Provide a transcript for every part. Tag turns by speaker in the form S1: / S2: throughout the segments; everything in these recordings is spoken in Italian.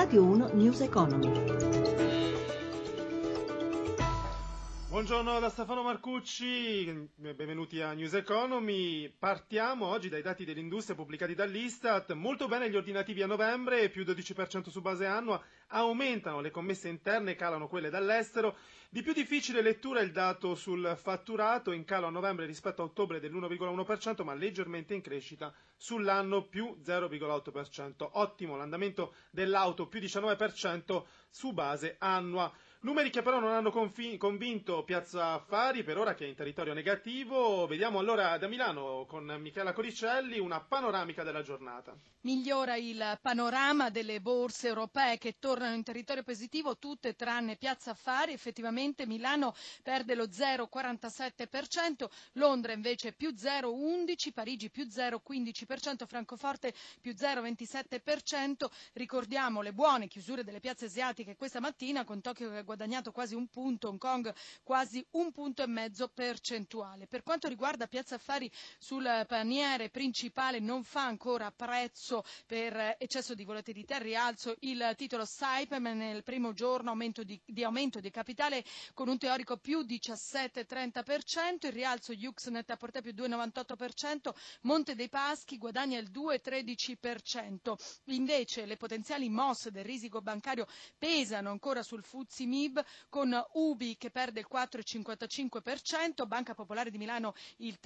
S1: Radio 1 News Economy.
S2: Buongiorno da Stefano Marcucci, benvenuti a News Economy. Partiamo oggi dai dati dell'industria pubblicati dall'Istat. Molto bene gli ordinativi a novembre, più 12% su base annua, aumentano le commesse interne, calano quelle dall'estero. Di più difficile lettura è il dato sul fatturato, in calo a novembre rispetto a ottobre dell'1,1%, ma leggermente in crescita sull'anno, più 0,8%. Ottimo l'andamento dell'auto, più 19% su base annua. Numeri che però non hanno convinto Piazza Affari, per ora che è in territorio negativo. Vediamo allora da Milano con Michela Coricelli una panoramica della giornata.
S3: Migliora il panorama delle borse europee che tornano in territorio positivo, tutte tranne Piazza Affari. Effettivamente Milano perde lo 0,47%, Londra invece più 0,11%, Parigi più 0,15%, Francoforte più 0,27%. Ricordiamo le buone chiusure delle piazze asiatiche questa mattina, con Tokyo che ha guadagnato quasi un punto, Hong Kong quasi 1,5 punti percentuali. Per quanto riguarda Piazza Affari, sul paniere principale non fa ancora prezzo per eccesso di volatilità e rialzo il titolo Saipem nel primo giorno di aumento di capitale con un teorico più 17,30%, il rialzo Yux Net-a-Porter più 2,98%, Monte dei Paschi guadagna il 2,13%. Invece le potenziali mosse del risico bancario pesano ancora sul FTSE MIB, con UBI che perde il 4,55%, Banca Popolare di Milano il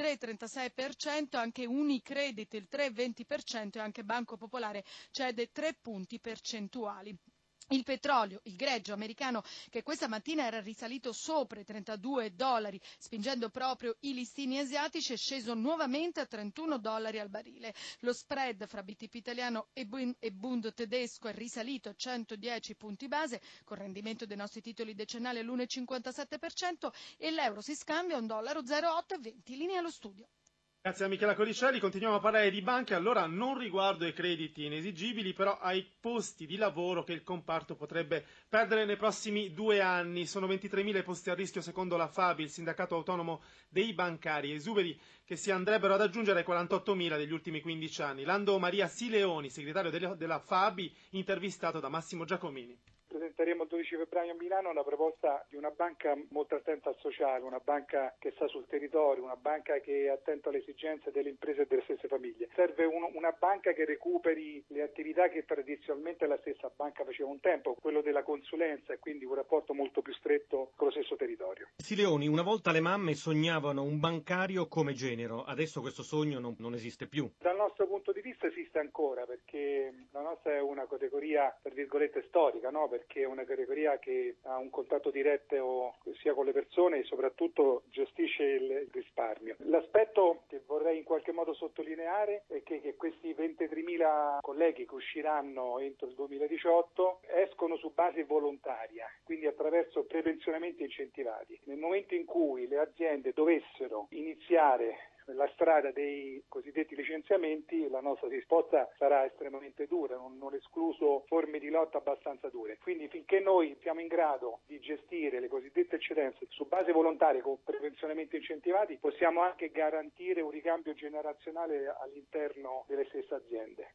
S3: 3,36%, anche Unicredit il 3,20% e anche Banco Popolare cede 3 punti percentuali. Il petrolio, il greggio americano, che questa mattina era risalito sopra i $32, spingendo proprio i listini asiatici, è sceso nuovamente a $31 al barile. Lo spread fra BTP italiano e Bund tedesco è risalito a 110 punti base, con rendimento dei nostri titoli decennali all'1,57%, e l'euro si scambia a $1,0820. Linea allo studio.
S2: Grazie a Michela Coricelli. Continuiamo a parlare di banche, allora non riguardo ai crediti inesigibili, però ai posti di lavoro che il comparto potrebbe perdere nei prossimi 2 anni. Sono 23.000 i posti a rischio secondo la FABI, il sindacato autonomo dei bancari, esuberi che si andrebbero ad aggiungere ai 48.000 degli ultimi 15 anni. Lando Maria Sileoni, segretario della FABI, intervistato da Massimo Giacomini.
S4: Presenteremo il 12 febbraio a Milano una proposta di una banca molto attenta al sociale, una banca che sta sul territorio, una banca che è attenta alle esigenze delle imprese e delle stesse famiglie. Serve una banca che recuperi le attività che tradizionalmente la stessa banca faceva un tempo, quello della consulenza, e quindi un rapporto molto più stretto con lo stesso territorio.
S5: Sileoni, una volta le mamme sognavano un bancario come genero, adesso questo sogno non esiste più.
S4: Dal nostro punto di vista esiste ancora, perché la nostra è una categoria, tra virgolette, storica, no? Perché è una categoria che ha un contatto diretto sia con le persone e soprattutto gestisce il risparmio. L'aspetto che vorrei in qualche modo sottolineare è che questi 23.000 colleghi che usciranno entro il 2018 escono su base volontaria, quindi attraverso prepensionamenti incentivati. Nel momento in cui le aziende dovessero iniziare la strada dei cosiddetti licenziamenti, la nostra risposta sarà estremamente dura, non escluso forme di lotta abbastanza dure. Quindi finché noi siamo in grado di gestire le cosiddette eccedenze su base volontaria con prepensionamenti incentivati, possiamo anche garantire un ricambio generazionale all'interno delle stesse aziende.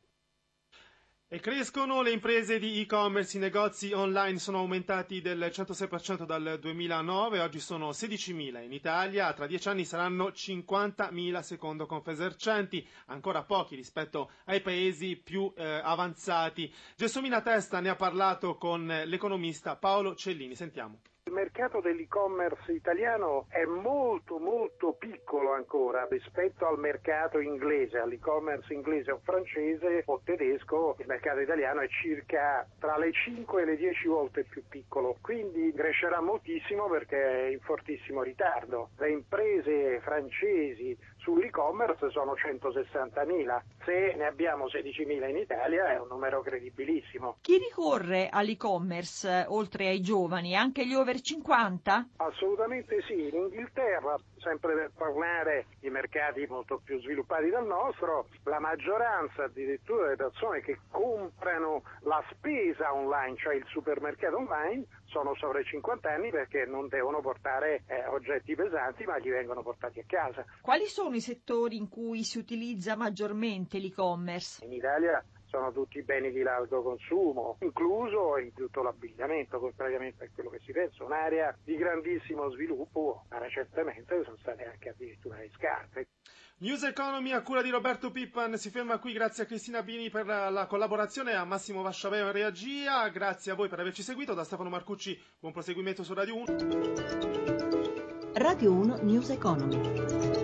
S2: E crescono le imprese di e-commerce, i negozi online sono aumentati del 106% dal 2009, oggi sono 16.000 in Italia, tra 10 anni saranno 50.000 secondo Confesercenti, ancora pochi rispetto ai paesi più avanzati. Gelsomina Testa ne ha parlato con l'economista Paolo Cellini, sentiamo.
S6: Il mercato dell'e-commerce italiano è molto piccolo ancora rispetto al mercato inglese, all'e-commerce inglese o francese o tedesco. Il mercato italiano è circa tra le 5 e le 10 volte più piccolo, quindi crescerà moltissimo perché è in fortissimo ritardo. Le imprese francesi sull'e-commerce sono 160.000, se ne abbiamo 16.000 in Italia è un numero credibilissimo.
S7: Chi ricorre all'e-commerce oltre ai giovani, anche gli over 50?
S6: Assolutamente sì, in Inghilterra, sempre per parlare di mercati molto più sviluppati del nostro, la maggioranza addirittura delle persone che comprano la spesa online, cioè il supermercato online, sono sopra i 50 anni perché non devono portare oggetti pesanti, ma gli vengono portati a casa.
S7: Quali sono i settori in cui si utilizza maggiormente l'e-commerce?
S6: In Italia sono tutti beni di largo consumo, incluso in tutto l'abbigliamento, contrariamente a quello che si pensa, un'area di grandissimo sviluppo, ma recentemente sono state anche addirittura le scarpe.
S2: News Economy a cura di Roberto Pippan si ferma qui, grazie a Cristina Bini per la collaborazione, a Massimo Vasciaveo in regia, grazie a voi per averci seguito, da Stefano Marcucci buon proseguimento su Radio 1.
S1: Radio 1 News Economy.